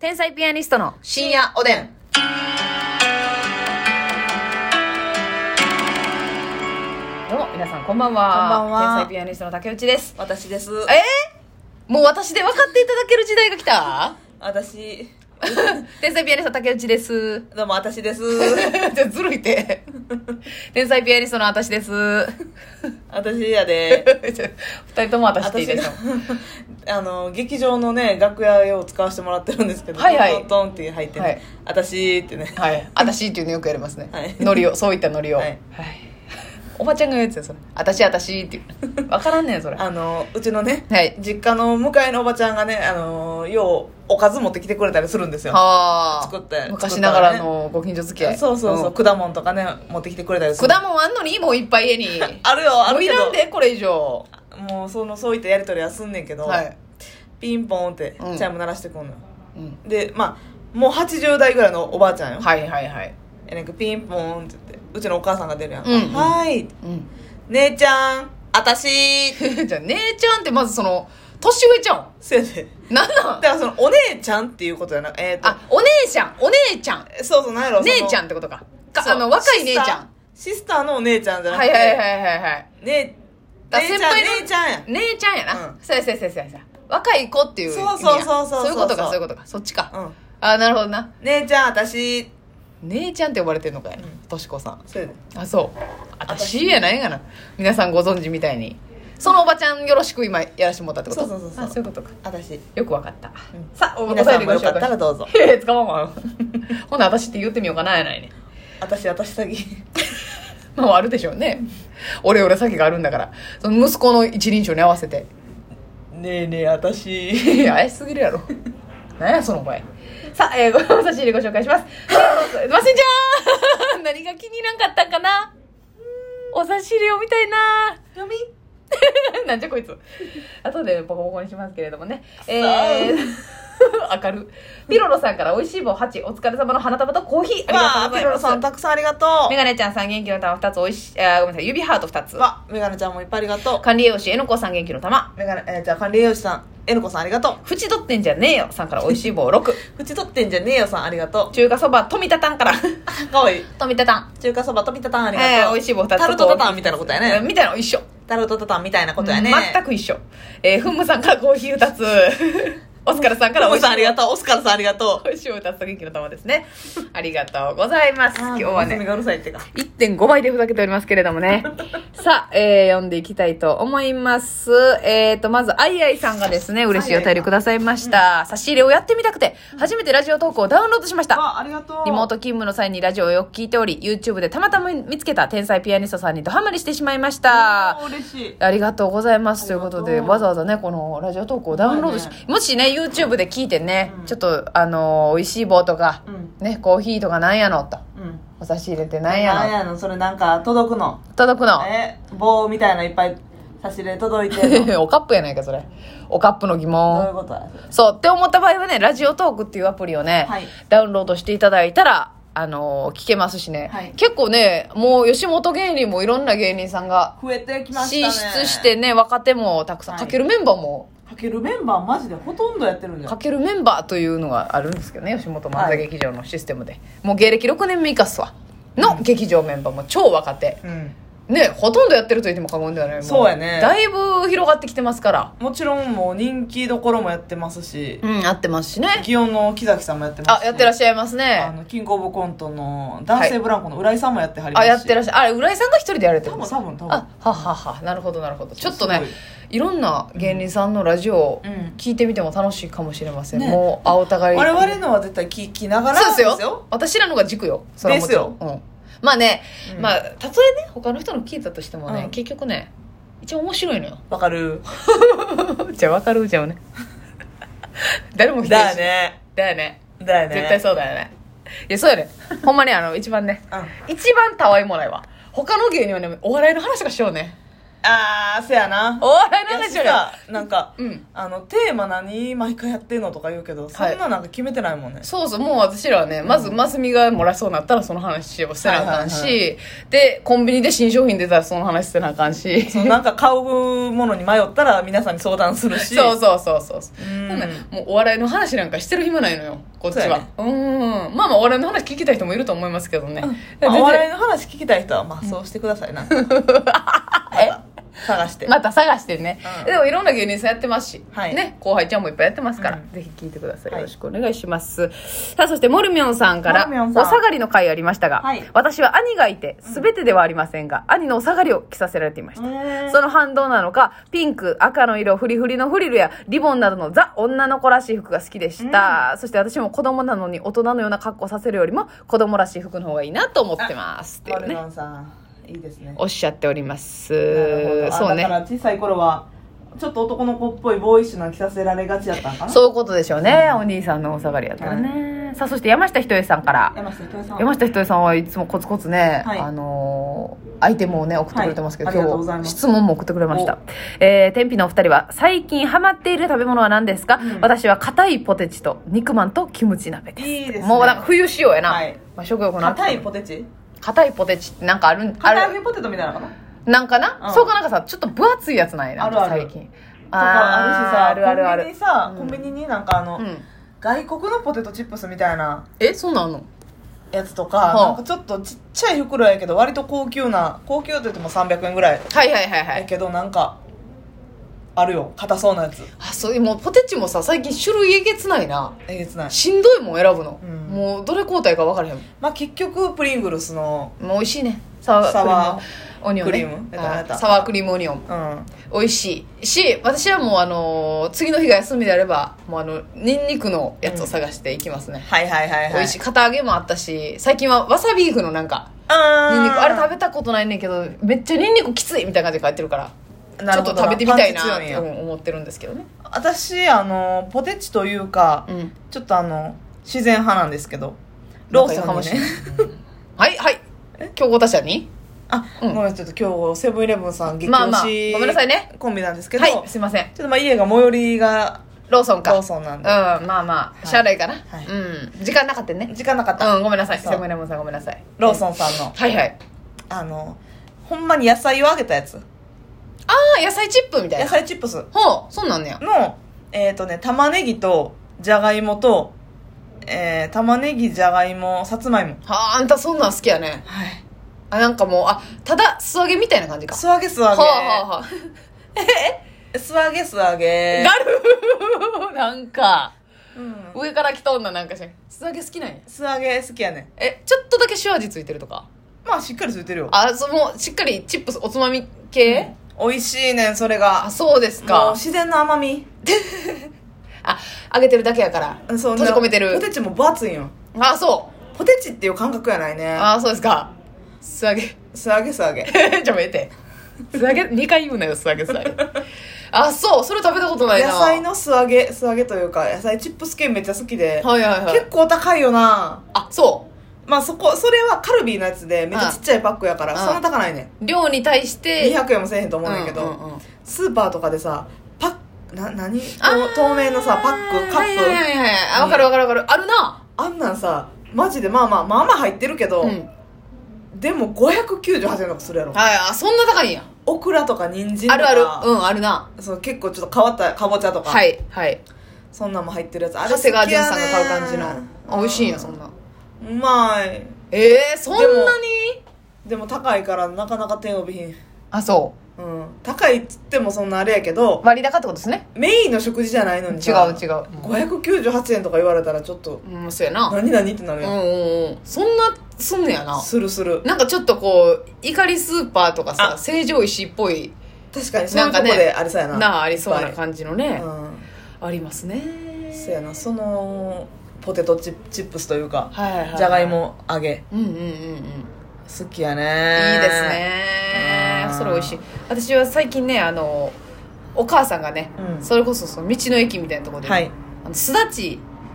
天才ピアニストの深夜おでん。どうも皆さんこんばんは。 こんばんは。 天才ピアニストの竹内です。 私です。 もう私で分かっていただける時代が来た。 私天才ピアニスト竹内です。 どうも私です。 じゃずるいて。天才ピアニストの私です。 私やで。 二人とも私っていいでしょ。 劇場のね楽屋を使わせてもらってるんですけど、 はいはいトントンって入ってね、 はい私ってね、 はい。私っていうのよくやりますね。 はいノリを、そういったノリを。 はいおばちゃんが言うやつよ、それ。私っていう。わからんねん、それ。 うちのね、 はい実家の向かいのおばちゃんがね、ようおかず持ってきてくれたりするんですよ。 はあ。 作って昔ながらのご近所付き合い。 そうそうそう、 ん果物とかね持ってきてくれたりする。 果物あんのにもういっぱい家に。 あるよ、あもういるけどらんで、これ以上。 もうそういったやり取りはすんねんけど、 はい。 ピンポンってチうんャイム鳴らしてくんのよ、 うん。 でまあもう80代ぐらいのおばあちゃんよ、 はいはいはい。 なんかピンポンって言ってうちのお母さんが出るやんか、 うんうんはーいうん。 姉ちゃんあたしじゃあ、姉ちゃんってまずその、年上ちゃせやでん。なんなんだからそのお姉ちゃんっていうことやなあ、お姉ちゃん。お姉ちゃん。 そうそうなんやろ姉ちゃんんってことか。若い姉ちゃん。 シスターのお姉ちゃんじゃなくて、 はいはいはいはいはい。 姉あ姉ちゃん先輩の姉ちゃんや姉ちゃんやな。 うんそうやそうやそうやそうや。若い子っていう意味や。 そうそうそうそうそうそういうことかそういうことか。そっちか。 うんあ、なるほどな。 姉ちゃんあたし姉ちゃんって呼ばれてんのかいうんとしこさん。 そうやであ、そう。私やないがな。皆さんご存知みたいに。そのおばちゃんよろしく今やらしてもらったってことそうあ、そういうことか。 あたしよくわかった。 んさあ、 皆さんもよかったらどうぞ。 いやいや、捕まんわよ。ほな、私って言ってみようかな、やないね。 私詐欺まあ、あるでしょうね。オレオレ詐欺があるんだから。その息子の一人称に合わせて。 ねえねえあたしいや、怪しすぎるやろ。何や、その声。さあ、お差し入れご紹介します。マシンちゃん何が気に入らんかったんかなお差し入れを見たいな読みなんじゃこいつ。後でボコボコにしますけれどもね。明るピロロさんから美味しい棒8、お疲れ様の花束とコーヒーありがとうございます。 ピロロさんたくさんありがとう。 メガネちゃんさん元気の玉2つ、ごめんなさい、指ハート2つ。 メガネちゃんもいっぱいありがとう。 管理栄養士えのこさん元気の玉。 メガネ、じゃあ管理栄養士さん、えのこさんありがとう。 縁取ってんじゃねえよさんから美味しい棒6。 縁取ってんじゃねえよさんありがとう。 中華そば富田たんからかわいい。 富田たん。 中華そばとピタタンありがとう。 美味しい棒2つ。 タルトタタンみたいなことやね。 みたいなの一緒。 タルトタタンみたいなことやね。 全く一緒。ふむさんからコーヒー2つ。オスカルさんからお美味しいさんありがとう。オスカルさんありがとう。 美味しい2つと元気の玉ですね。ありがとうございます。今日はね、 娘がうるさいってか。 1.5 倍でふざけておりますけれどもね。さあ、読んでいきたいと思います。まず、あいあいさんがですね、嬉しいお便りくださいました。差し入れをやってみたくて、初めてラジオ投稿をダウンロードしました。 ありがとう。 リモート勤務の際にラジオをよく聞いており、YouTube でたまたま見つけた天才ピアニストさんにドハマりしてしまいました。 嬉しい。 ありがとうございます。ということで、 ありがとうわざわざね、このラジオ投稿をダウンロードし、もしね、YouTube で聞いてね、ちょっと、美味しい棒とか、ね、コーヒーとかなんやのと、お差し入れてなんやの、 なんやのそれなんか届くの。 届くの。 棒みたいなのいっぱい差し入れ届いてるの。 おカップやないか、それ。おカップの疑どういう問。 ことや。 そう、って思った場合はね、ラジオトークっていうアプリをね、 はいダウンロードしていただいたら、聞けますしね、 はい結構ね、もう吉本芸人もいろんな芸人さんが増えてきましたね。 進出してね、若手もたくさん、 はいかけるメンバーも、 かけるメンバーマジでほとんどやってるんじゃん。 かけるメンバーというのがあるんですけどね、吉本漫才劇場のシステムで。もう芸歴6年目以下っすわ。の劇場メンバーも超若手。 うん。 ね、ほとんどやってると言っても過言ではない。もそうやねだいぶ広がってきてますから。 もちろんもう人気どころもやってますし、 うん、合ってますしね。 祇園の木崎さんもやってますし、 あ、やってらっしゃいますね。 キングオブコントの男性ブランコの浦井さんもやってはりますあ、 し、 やってらっしゃる。あれ、浦井さんが一人でやられてるん多ですか。 分多分多分あ、ははは。なるほど、なるほど。ちょっとねすごい、 いろんな芸人さんのラジオをうん聞いてみても楽しいかもしれません。 ねもう、青互い。 我々のは絶対聞きながらそうですよ。私らのが軸よ。それはもちろん。うん。まあね、 うんまあ、たとえね、他の人の聞いたとしてもね、 うん結局ね、一応面白いのよ。 わかる。 じゃあ分かるじゃんね。誰も否定しだよね。 だよね。 だよね。 絶対そうだよね。いや、そうやね。ほんまに一番ね、一番たわいもないわ。他の芸人はね、お笑いの話がしようね。 せやな。 お笑いの話よりさ、なんか、 うんテーマ何毎回やってんのとか言うけど、そんななんか決めてないもんね。 そうそう、もう私らはね、まずマスミが漏らしそうになったらその話をせなあかんし、 はいはいで、コンビニで新商品出たらその話せなあかんし。 そうなんか買うものに迷ったら皆さんに相談するし。 そうそうそうそう。 うんほんならもうお笑いの話なんかしてる暇ないのよ、こっちは。 そうやねまあまあお笑いの話聞きたい人もいると思いますけどね。全然お笑いの話聞きたい人は、まあそうしてくださいな。探して。 また探してね、 うんでもいろんな芸人さんやってますし、 はいね、後輩ちゃんもいっぱいやってますから、 うんぜひ聞いてください、 はいよろしくお願いします。さあ、そしてモルミョンさんからモルミョンさんお下がりの回ありましたが、 はい私は兄がいて全てではありませんが、兄のお下がりを着させられていました。その反動なのか、ピンク、赤の色、フリフリのフリルやリボンなどのザ女の子らしい服が好きでした、そして私も子供なのに大人のような格好させるよりも子供らしい服の方がいいなと思ってますっていうね、 マルノンさん、いいですね。 おっしゃっております。 なるほど。 そうねだから小さい頃は、ちょっと男の子っぽいボーイッシュなの着させられがちやったんかな。 そういうことでしょうね、お兄さんのお下がりやったらね、さあ、そして山下ひとえさんから、 山下ひとえさん。 山下ひとえさんはいつもコツコツね、 はいアイテムをね送ってくれてますけど、 はいありがとうござい今日ます質問も送ってくれました。天日のお二人は最近ハマっている食べ物は何ですか？ うん私は硬いポテチと肉まんとキムチ鍋です。 いいですね。 もうなんか冬仕様やな、 はいまあ、食欲の秋硬いポテチ硬いポテチってなんかある硬揚げポテトみたいなのかななんかな、 うんそうかなんかさちょっと分厚いやつないなあるある最近とかあるしさ、 あるあるあるコンビニさ、 うんコンビニになんかうん外国のポテトチップスみたいなそんなんあんのやつとか、 はあなんかちょっとちっちゃい袋やけど割と高級って言っても300円ぐらいはいはいはいはいやけど、なんかあるよ硬そうなやつ。 そういうもうポテチもさ最近種類えげつないな、 えげつない。 しんどいもん選ぶの、 うんもうどれ交代か分からへんもんまあ結局プリングルスのもう美味しいねサワークリームオニオン、ね、 クリームやったサワークリームオニオンうん美味しいし、私はもう次の日が休みであればもうニンニクのやつを探していきますね、 はいはいはいはい。 美味しい堅揚げもあったし、最近はわさビーフのなんかニニンニクあれ食べたことないねんけどめっちゃニンニクきついみたいな感じで書いてるからちょっと食べてみたいなって思ってるんですけどね。 私ポテチというか、 うんちょっと自然派なんですけど、ローソンにねなんかやかましいはいはい京子他社にうんごめん、ちょっと今日セブンイレブンさん激まあまあ推しごめんなさいねコンビなんですけど、 はいすいませんちょっとまあ家が最寄りがローソンかローソンなんで、 まあまあしゃあないかな、 はいうん時間なかったね時間なかった、 ごめんなさいそうセブンイレブンさんごめんなさいローソンさんのはいはいほんまに野菜を揚げたやつ、 野菜チップみたいな野菜チップスほうそうなんねやの玉ねぎとじゃがいもと玉ねぎじゃがいもさつまいも、 はああんたそんなん好きやねはいなんかもうただ素揚げみたいな感じか素揚げ素揚げ、 はあはあはあ素揚げ素揚げ、 ガルなんかうん、 上から来とんななんかしら素揚げ好きなんや素揚げ好きやねん。 ちょっとだけ塩味ついてるとかまあしっかりついてるよ。 もうしっかりチップスおつまみ系、 美味しいねんそれが。 そうですもうか自然な甘み。 揚げてるだけやからそう閉じ込めてるポテチも分厚いんよ。 そうポテチっていう感覚やないね。 そうですか素揚げ素揚げ素揚げ。 じゃあもうええて素揚げ2回言うなよ素揚げ素揚げそうそれ食べたことないな野菜の素揚げというか野菜チップス系めっちゃ好きで、 はいはいはい結構高いよな。 そまあそれはカルビーのやつでめっちゃちっちゃいパックやからうんそんな高ないねん。 う量に対して 200円もせえへんと思うんだけど、 うんうんうんスーパーとかでさパック透明のさパックカップ、 はいはいはいはい分かる分かる分かるあるなあんなんさマジでまあ入ってるけど、 うんでも598円とかするやろ。 そんな高いんやオクラとか人参とかあるあるあるなそう結構ちょっと変わったかぼちゃとか、 はいはいそんなんも入ってるやつ。あれ長谷川好きやね潤さんが買う感じの美味しいんやそんなうまい。 そんなにでも高いからなかなか手をびひん。 そ高いっつってもそんなあれやけど割高ってことですねメインの食事じゃないのに違うさ違う 598円とか言われたらちょっとそうやな何ってなるやん、 そんなすんねやなするなんかちょっとこう怒りスーパーとかさあ成城石井っぽい確かにそういうとこでありそうやなありそうな感じのねうんありますねそうやな。そのポテトチップスというかはいはいはいじゃがいも揚げうんうんうんうん好きやね。 いいですねそれ美味しい。私は最近ねお母さんがね、 うんそれこそその道の駅みたいなところで、 はいすだち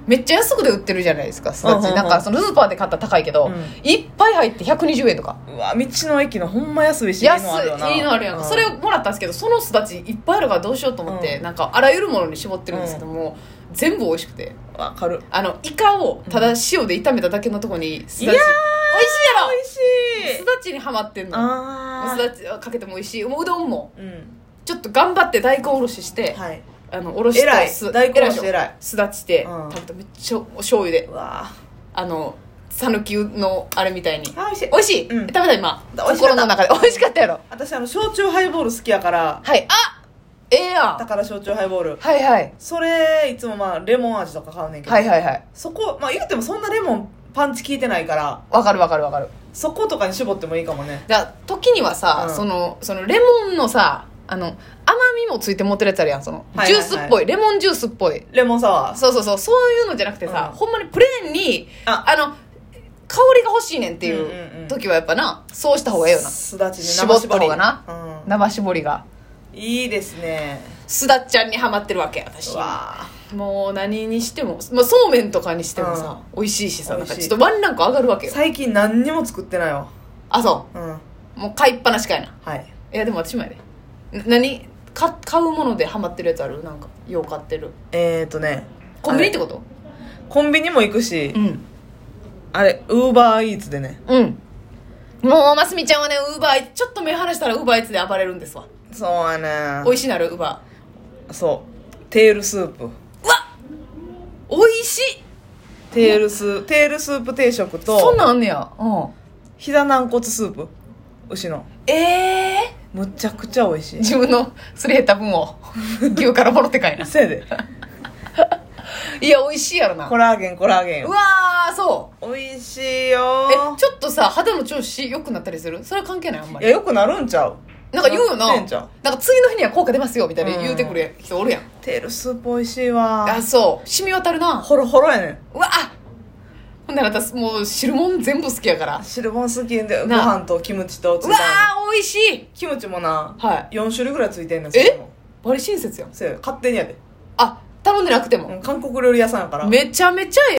めっちゃ安くで売ってるじゃないですか、すだち。 うんうんうんなんかそのスーパーで買ったら高いけど、 うんいっぱい入って120円とか。 うわ道の駅のほんま安いしいい安のあるよないいいのあるやんか、 うんそれをもらったんですけど、そのすだちいっぱいあるからどうしようと思って、 うんなんかあらゆるものに絞ってるんですけども、全部美味しくて、 わかるイカをただ塩で炒めただけのとこにすだち、 いやー美味しいやろ。 美味しいすだちにはまってんの。 あすだちかけても美味しい。もううどんもうんちょっと頑張って大根おろしして、 はいおろし偉いと大根おろし偉いすだちで、 うん食べたらめっちゃお醤油でうわ讃岐のあれみたいにあ美味しい美味しい、 うん食べた今美味しかった心の中で美味しかったやろ。 私焼酎ハイボール好きやからはい、あええやん。 だから焼酎ハイボールはいはいそれいつもまあレモン味とか買うねんけど、 はいはいはい、 そこまあ言うてもそんなレモンパンチ効いてないからわかるわかるわかる。 そことかに絞ってもいいかもねだから時にはさ、 うんそのレモンのさ甘みもついて持ってるやつあるやん、 はいはいはいジュースっぽいレモンジュースっぽい、 レモンサワーそうそうそう、そういうのじゃなくてさ、 うんほんまにプレーンにあ香りが欲しいねんっていうんうんううん時はやっぱな、そうした方がええよな。 すだちに絞った方がな、 うん生絞りが。 いいですねすだっちゃんにハマってるわけ私。 うわもう何にしても、まあ、そうめんとかにしてもさ、美味しいしさ、なんかちょっとワンランク上がるわけよ。 最近何にも作ってないわあ、そうんう、もう買いっぱなしかいな。 はいいやでも私もやで、買うものでハマってるやつある？なんかよう買ってるコンビニってこと？ コンビニも行くし、 うんあれウーバーイーツでねうんもうますみちゃんはね、ウーバーちょっと目離したらウーバーイーツで暴れるんですわ。 そうやね美味しいなるウーバそうテールスープー。うわ美味しい。 テールスープ定食とそんなんあんねや。うん。 膝軟骨スープ牛のむちゃくちゃ美味しい自分のすり減った分を牛からもろってかいな。 せやでいや美味しいやろな。 コラーゲンうわーそう美味しいよちょっとさ肌の調子良くなったりする？それは関係ないあんまり。 いやよくなるんちゃうなんか言うよな。 なってんちゃうなんか次の日には効果出ますよみたいな言うてくる人おるやん。 テールスープ美味しいわあそう染み渡るな。 ホロホロやねんうわほんなら私もう汁物全部好きやから。 汁物好きでごな飯とキムチとつうわいたのー美味しい。 キムチもな、 はい 4種類ぐらいついてんねんえそれもバリ親切やん。 せや勝手にやで、 あ頼んでなくても、 韓国料理屋さんやからめちゃめちゃええ